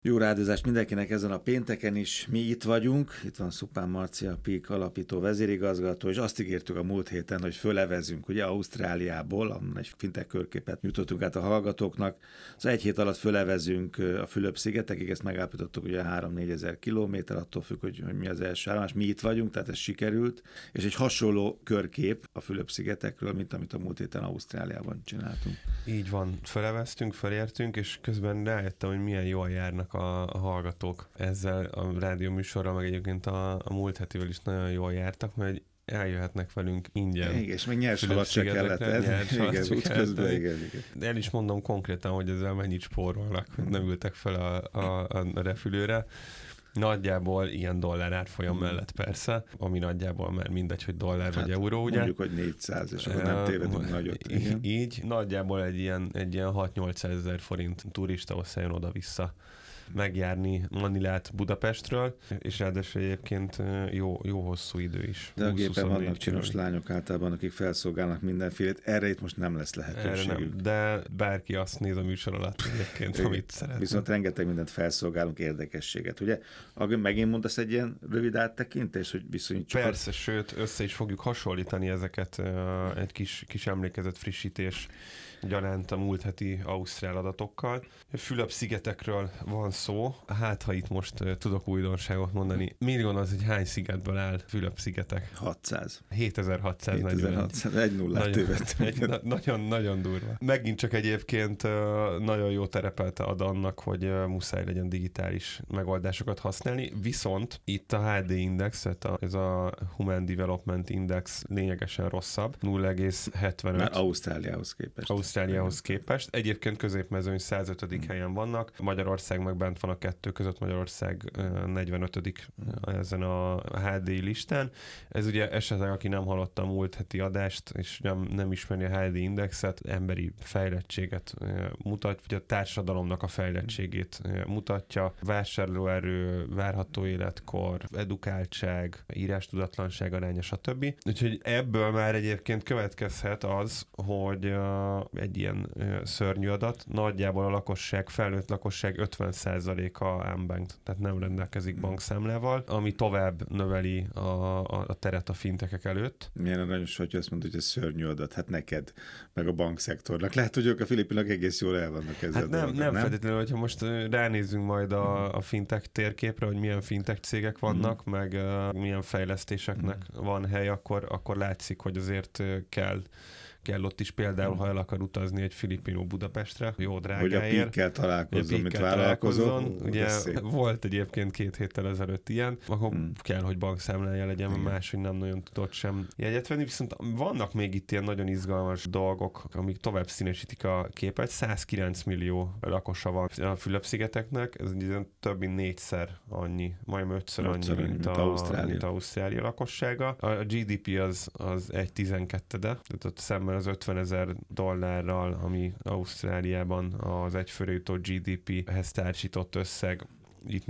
Jó rádiózást mindenkinek ezen a pénteken is. Mi itt vagyunk, itt van Szupán Marci, a PIK alapító vezérigazgató, és azt ígértük a múlt héten, hogy fölevezünk ugye Ausztráliából, ahol egy fintech körképet nyújtottunk át a hallgatóknak. Szóval egy hét alatt fölevezünk a Fülöp-szigetekig, ezt megállapítottuk ugye 3-4 ezer kilométer, attól függ, hogy mi az első állomás. Mi itt vagyunk, tehát ez sikerült, és egy hasonló körkép a Fülöp-szigetekről, mint amit a múlt héten Ausztráliában csináltunk. Így van, föleveztünk, felértünk, és közben rájöttem, hogy milyen jól járnak a hallgatók ezzel a rádió műsorral, meg egyébként a múlt hetivel is nagyon jól jártak, mert eljöhetnek velünk ingyen. Igen, és még nyers halat se kellett enni. Igen. El is mondom konkrétan, hogy ezzel mennyit spórolnak, hogy nem ültek fel a repülőre. Nagyjából ilyen dollár árfolyam mellett persze, ami nagyjából már mindegy, hogy dollár vagy euró, ugye? Mondjuk, hogy 400, és akkor nem tévedünk nagyot. Így, nagyjából egy ilyen 6-800 ezer forint turista oszályon oda-vissza megjárni Manilát Budapestről, és ráadásul egyébként jó hosszú idő is. De a gépen vannak csinos lányok általában, akik felszolgálnak mindenfélét, erre itt most nem lesz lehetőségük. De bárki azt néz a műsor alatt egyébként, amit szeretne. Viszont rengeteg mindent felszolgálunk, érdekességet. Ugye, megint mondasz egy ilyen rövid áttekintés, hogy viszonyítsuk? Persze, sőt, össze is fogjuk hasonlítani ezeket egy kis emlékezet frissítés gyanánt a múlt heti ausztrál adatokkal. Fülöp-szigetekről van szó, hát ha itt most tudok újdonságot mondani. Mit gondolsz, hogy hány szigetből áll Fülöp-szigetek? 600. 7641. Egy nullát tévedtem. Nagyon durva. Megint csak egyébként nagyon jó terepelte ad annak, hogy muszáj legyen digitális megoldásokat használni, viszont itt a HD Index, ez a Human Development Index lényegesen rosszabb, 0,75. Már Ausztráliához képest. Egyébként középmezőny 105. helyen vannak, Magyarország meg bent van a kettő között, Magyarország 45. ezen a HD listán. Ez ugye esetleg, aki nem hallotta a múlt heti adást, és nem ismeri a HD Indexet, emberi fejlettséget mutat, vagy a társadalomnak a fejlettségét mutatja, vásárlóerő, várható életkor, edukáltság, írástudatlanság aránya, stb. Úgyhogy ebből már egyébként következhet az, hogy egy ilyen szörnyű adat, nagyjából a lakosság, felnőtt lakosság 50%-a unbanked, tehát nem rendelkezik bankszámlával, ami tovább növeli a teret a fintekek előtt. Milyen aranyos, hogy azt mondod, hogy ez szörnyű adat, hát neked, meg a bankszektornak. Lehet, hogy ők a filipinok egész jól el vannak ezzel. Hát nem feltétlenül, hogyha most ránézzünk majd a fintech térképre, hogy milyen fintech cégek vannak, meg milyen fejlesztéseknek van hely, akkor látszik, hogy azért kell ott is például, ha el akar utazni egy filipinó Budapestre, jó drágáért. Hogy a PIK-kel találkozzon, mint vállalkozó. Ugye volt egyébként 2 héttel ezelőtt ilyen, akkor kell, hogy bankszámlája legyen, máshogy nem nagyon tudott sem jegyet venni, viszont vannak még itt ilyen nagyon izgalmas dolgok, amik tovább színesítik a képet. 109 millió lakosa van a Fülöp-szigeteknek, ez több mint 4-szer annyi, majdnem 5-ször annyi, mint Ausztrália lakossága. A GDP az 1,12, tehát ott szemben az $50,000, ami Ausztráliában az egyfőre jutó GDP-hez társított összeg, itt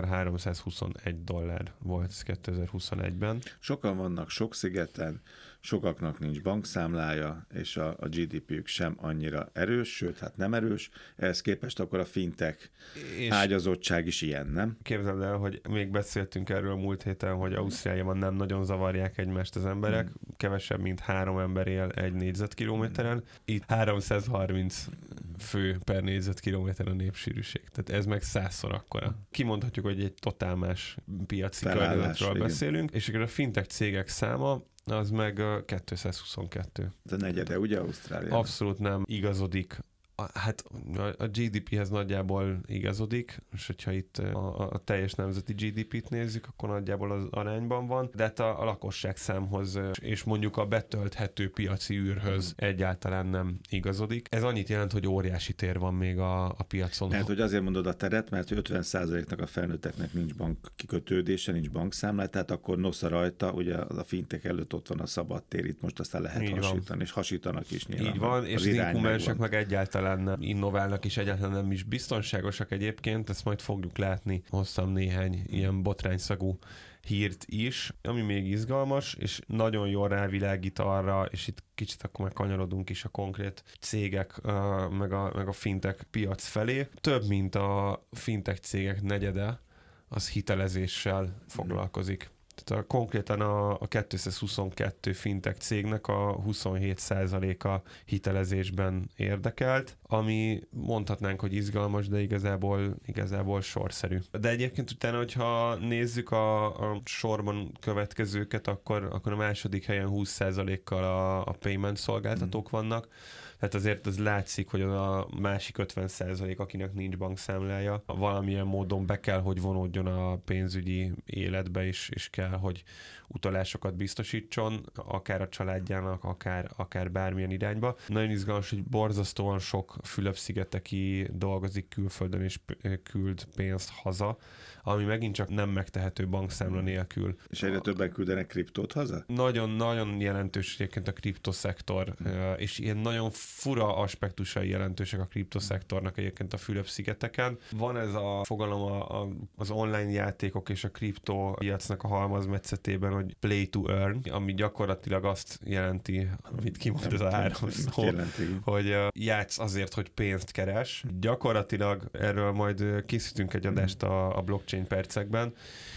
$4,321 volt ez 2021-ben. Sokan vannak sok szigeten, sokaknak nincs bankszámlája, és a GDP-ük sem annyira erős, sőt, hát nem erős. Ehhez képest akkor a fintech ágyazottság is ilyen, nem? Képzeld el, hogy még beszéltünk erről múlt héten, hogy Ausztráliában nem nagyon zavarják egymást az emberek, kevesebb, mint 3 ember él egy négyzetkilométeren. Itt 330 fő per négyzetkilométer a népsűrűség. Tehát ez meg 100-szor akkora. Kimondhatjuk, hogy egy totál más piaci környezetről beszélünk, és akkor a fintech cégek száma az meg 222. Ez a negyede, ugye Ausztrália? Abszolút nem igazodik. Hát a GDP-hez nagyjából igazodik, és hogyha itt a teljes nemzeti GDP-t nézzük, akkor nagyjából az arányban van, de hát a lakosság számhoz és mondjuk a betölthető piaci űrhöz egyáltalán nem igazodik. Ez annyit jelent, hogy óriási tér van még a piacon. Mert hogy azért mondod a teret, mert 50%-nak a felnőtteknek nincs bank kikötődése, nincs bankszámla, tehát akkor nosza rajta, ugye a fintek előtt ott van a szabad tér, itt most aztán lehet hasítani, és hasítanak is nyilván. Így van, és az inkumbensek meg egyáltalán helytelen innoválnak, és egyáltalán nem is biztonságosak egyébként, ezt majd fogjuk látni. Hoztam néhány ilyen botrányszagú hírt is, ami még izgalmas, és nagyon jól rávilágít arra, és itt kicsit akkor meg kanyarodunk is a konkrét cégek, meg a fintech piac felé. Több, mint a fintech cégek negyede, az hitelezéssel foglalkozik. Tehát konkrétan a 222 fintech cégnek a 27%-a hitelezésben érdekelt, ami mondhatnánk, hogy izgalmas, de igazából sorszerű. De egyébként utána, hogyha nézzük a sorban következőket, akkor a második helyen 20%-kal a payment szolgáltatók vannak. Tehát azért az látszik, hogy a másik 50%, akinek nincs bankszámlája, valamilyen módon be kell, hogy vonódjon a pénzügyi életbe is, és kell, hogy utalásokat biztosítson, akár a családjának, akár bármilyen irányba. Nagyon izgalmas, hogy borzasztóan sok Fülöp-szigeteki dolgozik külföldön, és küld pénzt haza, ami megint csak nem megtehető bankszámla nélkül. És egyre többen küldenek kriptót haza? Nagyon jelentős egyébként a kriptoszektor, és ilyen nagyon fura aspektusai jelentősek a kriptoszektornak egyébként a Fülöp-szigeteken. Van ez a fogalom az online játékok és a kriptopiacnak a halmazmetszetében, hogy play to earn, ami gyakorlatilag azt jelenti, amit kimond ez a három szó, hogy játsz azért, hogy pénzt keres. Gyakorlatilag erről majd készítünk egy adást a blockchain percekben,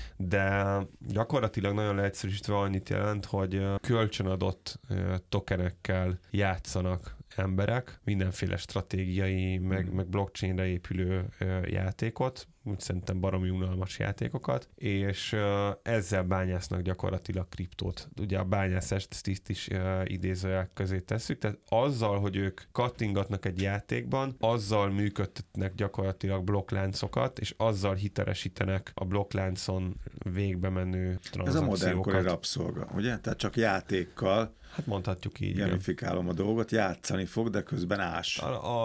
de gyakorlatilag nagyon leegyszerűsítve annyit jelent, hogy kölcsönadott tokenekkel játszanak emberek, mindenféle stratégiai, meg blockchainre épülő játékot, úgy szerintem baromi unalmas játékokat, és ezzel bányásznak gyakorlatilag kriptót. Ugye a bányászást is idézőjelek közé tesszük, tehát azzal, hogy ők kattingatnak egy játékban, azzal működtetnek gyakorlatilag blokkláncokat, és azzal hitelesítenek a blokkláncon végbe menő tranzakciókat. Ez a modernkori rabszolga, ugye? Tehát csak játékkal hát mondhatjuk így. Gamifikálom a dolgot, játszani fog, de közben ás.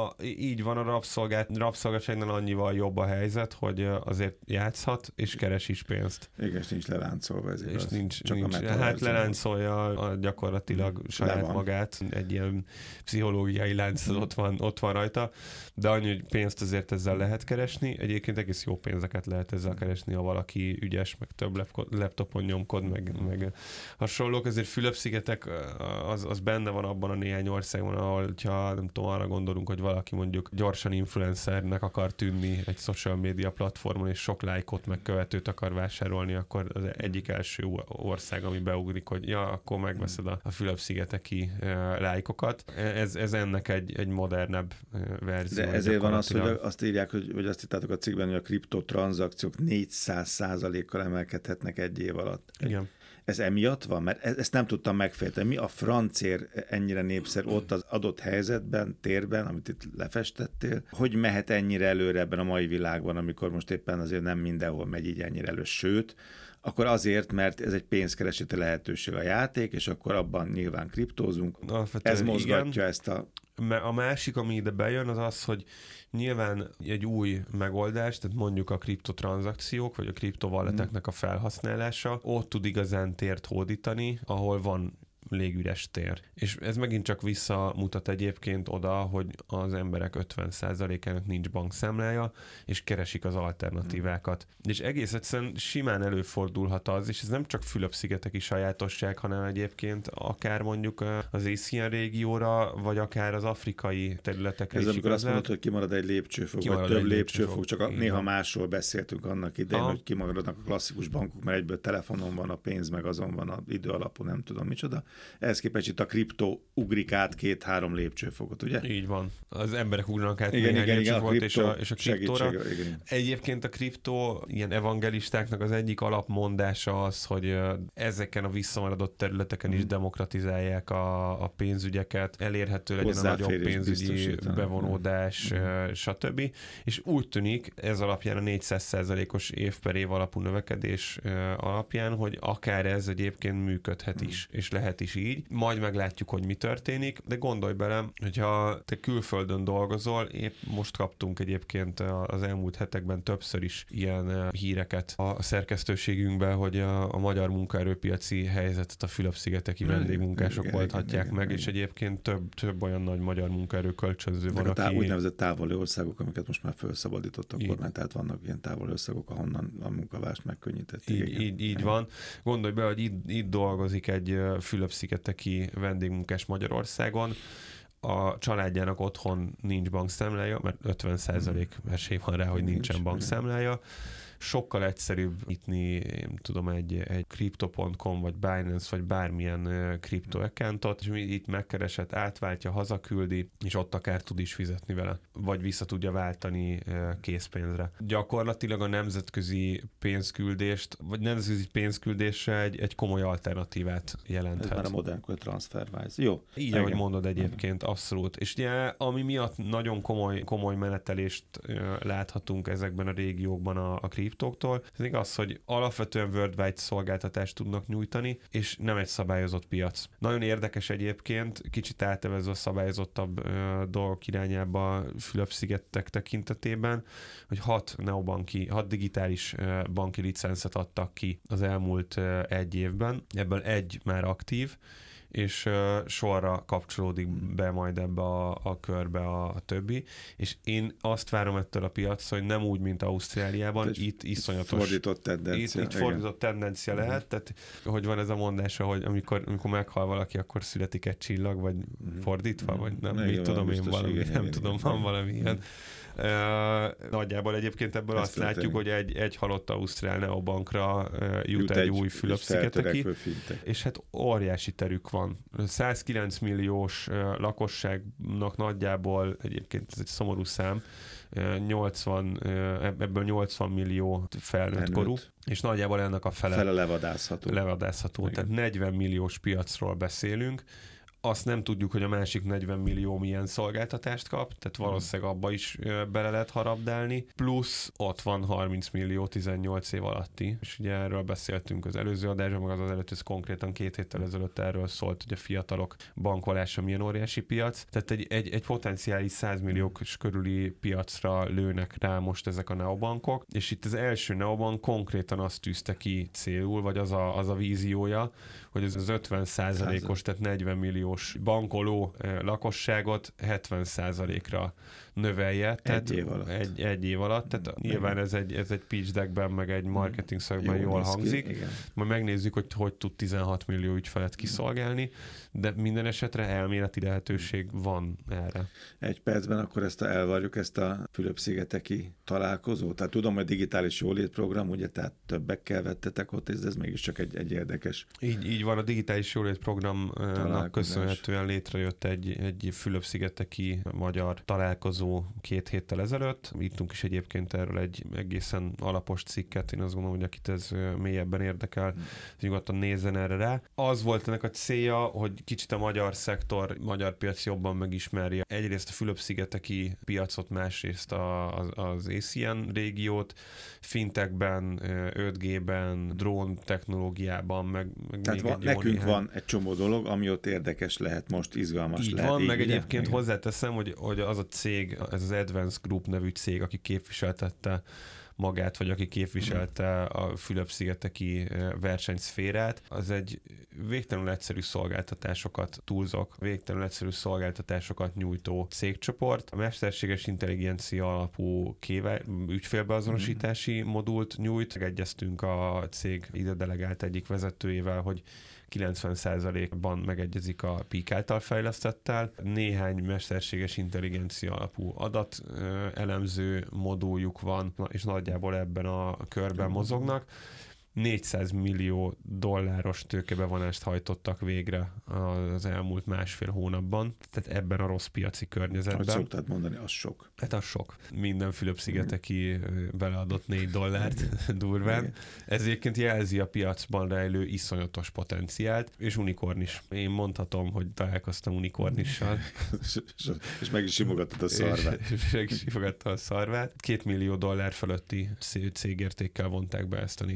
Így van, a rabszolgaságnál annyival jobb a helyzet, hogy azért játszhat, és keres is pénzt. Igen, és nincs leláncolva, ez igaz. És nincs. Hát leláncolja gyakorlatilag saját magát, egy ilyen pszichológiai lánc ott van rajta, de annyi, hogy pénzt azért ezzel lehet keresni. Egyébként egész jó pénzeket lehet ezzel keresni, ha valaki ügyes, meg több laptopon nyomkod, meg hasonlók. Ezért Fülöp-szigetek az benne van abban a néhány országban, ahol, ha nem tudom, arra gondolunk, hogy valaki mondjuk gyorsan influencernek akar tűnni egy social media platformon, és sok lájkot meg követőt akar vásárolni, akkor az egyik első ország, ami beugrik, hogy ja, akkor megveszed a Fülöp-szigeteki lájkokat. Ez ennek egy modernebb verzió. De ezért van az, hogy azt írják, hogy azt írtátok a cikkben, hogy a kriptotranszakciók 400%-kal emelkedhetnek egy év alatt. Igen. Ez emiatt van? Mert ezt nem tudtam megfejteni. Mi a francér ennyire népszerű ott az adott helyzetben, térben, amit itt lefestettél? Hogy mehet ennyire előre ebben a mai világban, amikor most éppen azért nem mindenhol megy így ennyire elő, sőt, akkor azért, mert ez egy pénzkereseti lehetőség a játék, és akkor abban nyilván kriptózunk. Ez mozgatja ezt a... A másik, ami ide bejön, az az, hogy nyilván egy új megoldás, tehát mondjuk a kriptotranszakciók, vagy a kriptovalleteknek a felhasználása, ott tud igazán tért hódítani, ahol van légüres tér. És ez megint csak visszamutat egyébként oda, hogy az emberek 50%-ának nincs bankszámlája, és keresik az alternatívákat. És egész egyszerűen simán előfordulhat az, és ez nem csak Fülöp-szigeteki sajátosság, hanem egyébként akár mondjuk az ASEAN régióra, vagy akár az afrikai területekre ez is amikor azt mondod, hogy kimarad egy lépcsőfok, vagy több lépcsőfok, csak néha másról beszéltünk annak idején, hogy kimaradnak a klasszikus bankok, mert egyből telefonon van a pénz, meg azon van az idő alapú, nem tudom micsoda. Ehhez képest itt a kriptó ugrik át 2-3 lépcsőfokot, ugye? Így van. Az emberek ugranak át néhány lépcsőfokot, és a kriptóra. Egyébként a kriptó ilyen evangelistáknak az egyik alapmondása az, hogy ezeken a visszamaradott területeken is demokratizálják a pénzügyeket, elérhető legyen a nagyobb pénzügyi bevonódás, stb. És úgy tűnik, ez alapján a 400%-os év per év alapú növekedés alapján, hogy akár ez egyébként működhet is, és lehet is is így. Majd meglátjuk, hogy mi történik, de gondolj bele, hogyha te külföldön dolgozol, épp most kaptunk egyébként az elmúlt hetekben többször is ilyen híreket a szerkesztőségünkbe, hogy a magyar munkaerőpiaci helyzetet a Fülöp-szigeteki vendégmunkások oldhatják meg, és egyébként több olyan nagy magyar munkaerőkölcsönző van, aki... Úgynevezett távoli országok, amiket most már felszabadított a kormány, tehát vannak ilyen távoli országok, ahonnan a munkavást megkönnyítették. Így van. Gondolj be, hogy itt dolgozik egy Fülöp-szigeteki vendégmunkás Magyarországon, a családjának otthon nincs bankszámlája, mert 50% esély van rá, hogy nincsen bankszámlája. Sokkal egyszerűbb nyitni, tudom, egy crypto.com, vagy Binance, vagy bármilyen crypto accountot, és itt megkeresett, átváltja, hazaküldi, és ott akár tud is fizetni vele, vagy vissza tudja váltani készpénzre. Gyakorlatilag a nemzetközi pénzküldést, vagy nemzetközi pénzküldésre egy komoly alternatívát jelenthet. Ez már a modern TransferWise. Jó. Így, ahogy mondod egyébként, abszolút. És ugye, ami miatt nagyon komoly menetelést láthatunk ezekben a régiókban a kriptóktól, ez igaz, hogy alapvetően worldwide szolgáltatást tudnak nyújtani, és nem egy szabályozott piac. Nagyon érdekes egyébként, kicsit átevezve a szabályozottabb dolgok irányába Fülöp-szigetek tekintetében, hogy 6 digitális banki licencet adtak ki az elmúlt egy évben, ebből egy már aktív, és sorra kapcsolódik be majd ebbe a körbe a többi, és én azt várom ettől a piactól, hogy nem úgy, mint Ausztráliában, itt iszonyatos... Fordított tendencia. Itt fordított tendencia lehet, tehát hogy van ez a mondása, hogy amikor meghal valaki, akkor születik egy csillag, vagy fordítva, vagy nem, mit tudom én valami, nem tudom, van valami ilyen. Nagyjából egyébként ebből azt látjuk, hogy egy halott ausztrál neobankra jut egy új Fülöp-szigeteki, és hát óriási terük van. 109 milliós lakosságnak nagyjából, egyébként ez egy szomorú szám, ebből 80 millió felnőtt korú, és nagyjából ennek a fele levadázható. Tehát 40 milliós piacról beszélünk. Azt nem tudjuk, hogy a másik 40 millió milyen szolgáltatást kap, tehát valószínűleg abba is bele lehet harabdálni, plusz ott van 30 millió 18 év alatti, és ugye erről beszéltünk az előző adásban, meg az előtt, ez konkrétan 2 héttel ezelőtt erről szólt, hogy a fiatalok bankolása milyen óriási piac, tehát egy potenciális 100 milliós körüli piacra lőnek rá most ezek a neobankok, és itt az első neobank konkrétan azt tűzte ki célul, vagy az a víziója, hogy ez az 50%-os, tehát 40 milliós bankoló lakosságot 70%-ra növelje. Egy év alatt. Tehát nyilván ez egy pitch deckben, meg egy marketing szakban jól hangzik. Majd megnézzük, hogy tud 16 millió ügyfelet kiszolgálni, de minden esetre elméleti lehetőség van erre. Egy percben akkor elvárjuk ezt a Fülöp-szigeteki találkozót. Tehát tudom, hogy digitális jólétprogram, ugye, tehát többekkel vettetek ott, ez mégis csak egy érdekes. Így van, a digitális jólétprogramnak köszönhetően létrejött egy Fülöp-szigeteki magyar találkozó 2 héttel ezelőtt. Írtunk is egyébként erről egy egészen alapos cikket, én azt gondolom, hogy akit ez mélyebben érdekel, nyugodtan nézzen erre rá. Az volt ennek a célja, hogy kicsit a magyar szektor, magyar piac jobban megismerje. Egyrészt a Fülöp-szigeteki piacot, másrészt az ASEAN régiót, fintechben, 5G-ben, drón technológiában, meg tehát nekünk van egy csomó dolog, ami ott érdekes lehet, most izgalmas így lehet. Van, meg egyébként hozzáteszem, hogy az a cég, ez az Advanced Group nevű cég, aki képviseltette magát, vagy aki képviselte a Fülöp-szigeteki versenyszférát, az egy végtelenül egyszerű szolgáltatásokat nyújtó cégcsoport. A mesterséges intelligencia alapú ügyfélbeazonosítási modult nyújt. Egyeztünk a cég ide delegált egyik vezetőjével, hogy 90%-ban megegyezik a PEAK által fejlesztettel. Néhány mesterséges intelligencia alapú adat elemző moduljuk van, és nagyjából ebben a körben mozognak. $400 millió tőkebevonást hajtottak végre az elmúlt 1,5 hónapban, tehát ebben a rossz piaci környezetben. Ahogy szoktad mondani, az sok. Hát az sok. Minden Fülöp-szigeteki beleadott $4 durván. Ez egyébként jelzi a piacban rejlő iszonyatos potenciált, és unikornis. Én mondhatom, hogy találkoztam unikornissal. És meg is simogattad a szarvát. És meg is simogatta a szarvát. $2 millió fölötti cégértékkel vonták be ezt a $400 millió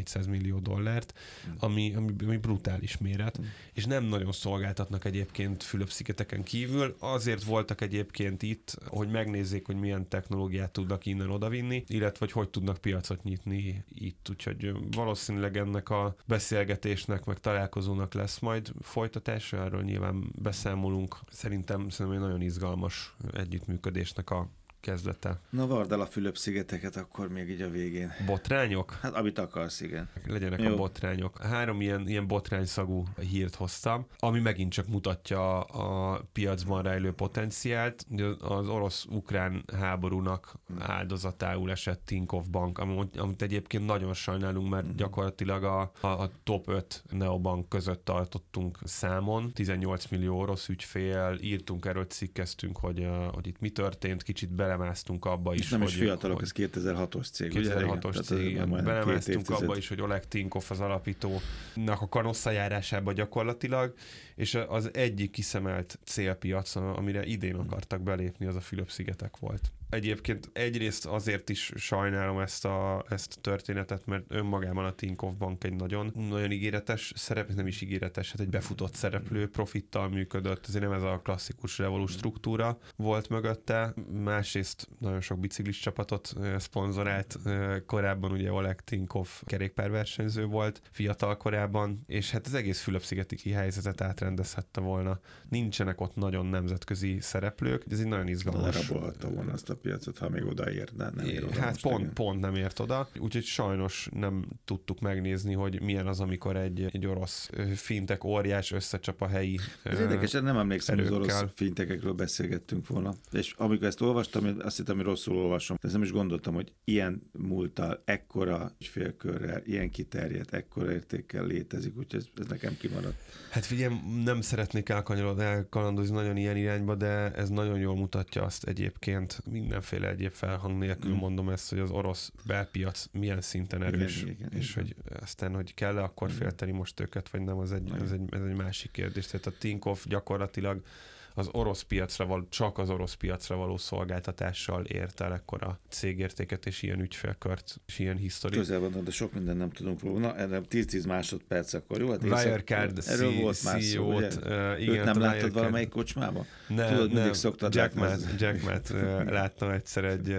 millió dollárt, ami brutális méret, és nem nagyon szolgáltatnak egyébként Fülöp-szigeteken kívül. Azért voltak egyébként itt, hogy megnézzék, hogy milyen technológiát tudnak innen odavinni, illetve hogy tudnak piacot nyitni itt. Úgyhogy valószínűleg ennek a beszélgetésnek, meg találkozónak lesz majd folytatása, erről nyilván beszámolunk. Szerintem egy nagyon izgalmas együttműködésnek a kezdete. Na, vard el a Fülöp-szigeteket akkor még így a végén. Botrányok? Hát amit akarsz, igen. Legyenek Jó. a botrányok. 3 ilyen botrányszagú hírt hoztam, ami megint csak mutatja a piacban rejlő potenciált. Az orosz-ukrán háborúnak áldozatául esett Tinkoff Bank, amit egyébként nagyon sajnálunk, mert gyakorlatilag a top 5 neobank között tartottunk számon. 18 millió orosz ügyfél, írtunk erről, cikkeztünk, hogy itt mi történt, kicsit belemásztunk abba is. És nem is fiatalok, ez 2006-os cég. 2006-os cég, belemásztunk abba is, hogy Oleg Tinkoff az alapítónak a kanosszajárásába gyakorlatilag, és az egyik kiszemelt célpiac, amire idén akartak belépni, az a Fülöp-szigetek volt. Egyébként egyrészt azért is sajnálom ezt a történetet, mert önmagában a Tinkoff Bank egy nagyon, nagyon ígéretes szereplő, nem is ígéretes, hát egy befutott szereplő, profittal működött, azért nem ez a klasszikus Revolut struktúra volt mögötte. Másrészt nagyon sok biciklis csapatot szponzorált, korábban ugye Oleg Tinkoff kerékpárversenyző volt fiatal korában, és hát az egész Fülöp-szigeti helyzetet átrendezhette volna. Nincsenek ott nagyon nemzetközi szereplők, de ez egy nagyon izgalmas. Lerabolhatta volna azt a piacot, ha még odaért, de nem ér oda. Hát pont nem ért oda, úgyhogy sajnos nem tudtuk megnézni, hogy milyen az, amikor egy orosz fintech óriás összecsap a helyi Ez érdekes, nem emlékszem, hogy az orosz erőkkel. fintekekről beszélgettünk volna. És amikor ezt olvastam, azt hittem, hogy rosszul olvasom. De nem is gondoltam, hogy ilyen múlttal, ekkora ügyfélkörrel, ilyen kiterjedt, ekkora értékkel létezik, úgyhogy ez nekem kimaradt. Hát figyelj, nem szeretnék elkalandozni nagyon ilyen irányba, de ez nagyon jól mutatja azt egyébként, mindenféle egyéb felhang nélkül mondom ezt, hogy az orosz belpiac milyen szinten erős, Igen, és hogy aztán, hogy kell-e akkor félteni most őket, vagy nem, ez egy másik kérdés. Tehát a Tinkoff gyakorlatilag az orosz piacra való, csak az orosz piacra való szolgáltatással ért el ekkora cégértéket, és ilyen ügyfélkört, és ilyen historit. Közel van, de sok minden nem tudunk róla. Na, erre 10-10 másodperc akkor, jó? Hát Wirecard erről volt már szó, ugye? Igen, őt nem láttad valamelyik kocsmába? Tudod, mindig szoktad Jack Matt láttam egyszer egy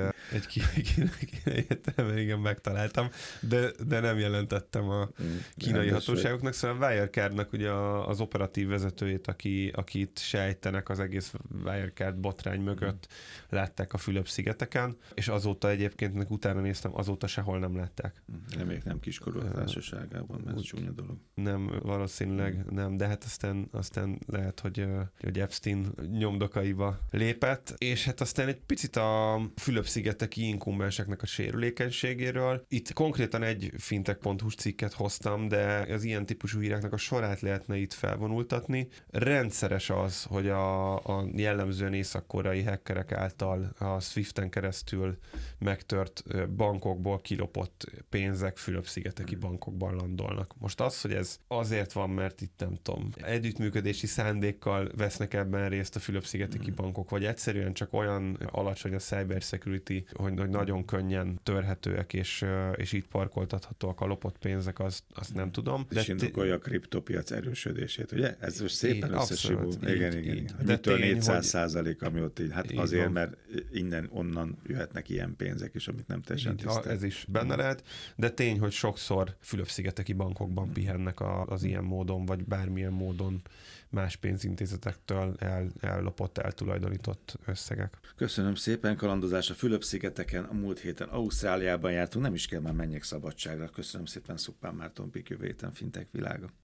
kínai igen, megtaláltam, de nem jelentettem a kínai hatóságoknak, szóval Wirecardnak ugye az operatív vezetőjét, akit sejtenek az egész Wirecard botrány mögött látták a Fülöp-szigeteken, és azóta egyébként, utána néztem, azóta sehol nem látták. Reméljük nem kiskorú társaságában, mert ez csúnya dolog. Nem, valószínűleg nem, de hát aztán lehet, hogy Epstein nyomdokaiba lépett, és hát aztán egy picit a Fülöp-szigeteki inkumbenseknek a sérülékenységéről. Itt konkrétan egy fintech.hu cikket hoztam, de az ilyen típusú híreknek a sorát lehetne itt felvonultatni. Rendszeres az, hogy a jellemzően észak-koreai hackerek által a Swiften keresztül megtört bankokból kilopott pénzek Fülöp-szigeteki bankokban landolnak. Most az, hogy ez azért van, mert itt nem tudom, együttműködési szándékkal vesznek ebben részt a Fülöp-szigeteki bankok, vagy egyszerűen csak olyan alacsony a cyber security, hogy nagyon könnyen törhetőek, és így parkoltathatóak a lopott pénzek, azt nem tudom. És indokolja a kriptopiac erősödését, ugye? Ez most szépen összesibul. Igen. Mitől 400%, ami ott így, hát azért, van. Mert onnan jöhetnek ilyen pénzek is, amit nem teljesen tisztel. Ez is benne lehet, de tény, hogy sokszor Fülöp-szigeteki bankokban pihennek az ilyen módon, vagy bármilyen módon más pénzintézetektől ellopott, eltulajdonított összegek. Köszönöm szépen, kalandozás a Fülöp-szigeteken, a múlt héten Ausztráliában jártunk, nem is kell, már menjek szabadságra. Köszönöm szépen, Szuppán Márton Pik, jövő héten Fintech világa.